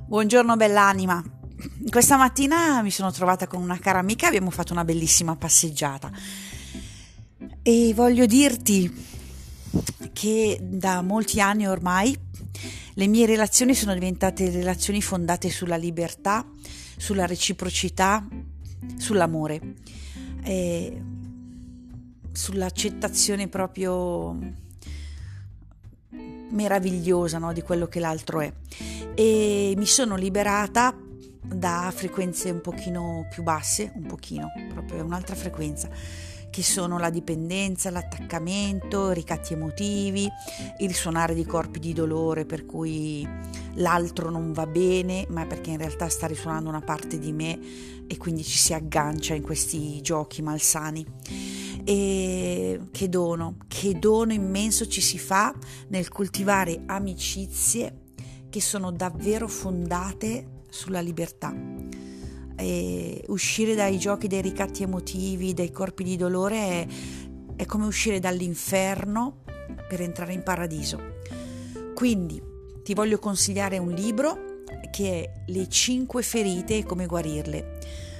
Buongiorno bell'anima. Questa mattina mi sono trovata con una cara amica, abbiamo fatto una bellissima passeggiata e voglio dirti che da molti anni ormai le mie relazioni sono diventate relazioni fondate sulla libertà, sulla reciprocità, sull'amore e sull'accettazione proprio meravigliosa, no, di quello che l'altro è. E mi sono liberata da frequenze un pochino più basse, un pochino, proprio un'altra frequenza, che sono la dipendenza, l'attaccamento, i ricatti emotivi, il risuonare di corpi di dolore per cui l'altro non va bene, ma perché in realtà sta risuonando una parte di me e quindi ci si aggancia in questi giochi malsani. E che dono immenso ci si fa nel coltivare amicizie che sono davvero fondate sulla libertà. E uscire dai giochi dei ricatti emotivi, dai corpi di dolore è come uscire dall'inferno per entrare in paradiso. Quindi ti voglio consigliare un libro che è Le 5 ferite e come guarirle.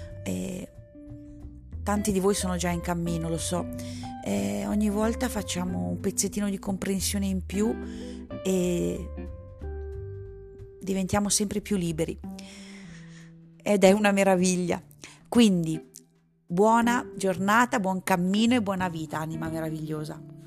Tanti di voi sono già in cammino, lo so. Ogni volta facciamo un pezzettino di comprensione in più e diventiamo sempre più liberi ed è una meraviglia. Quindi buona giornata, buon cammino e buona vita, anima meravigliosa.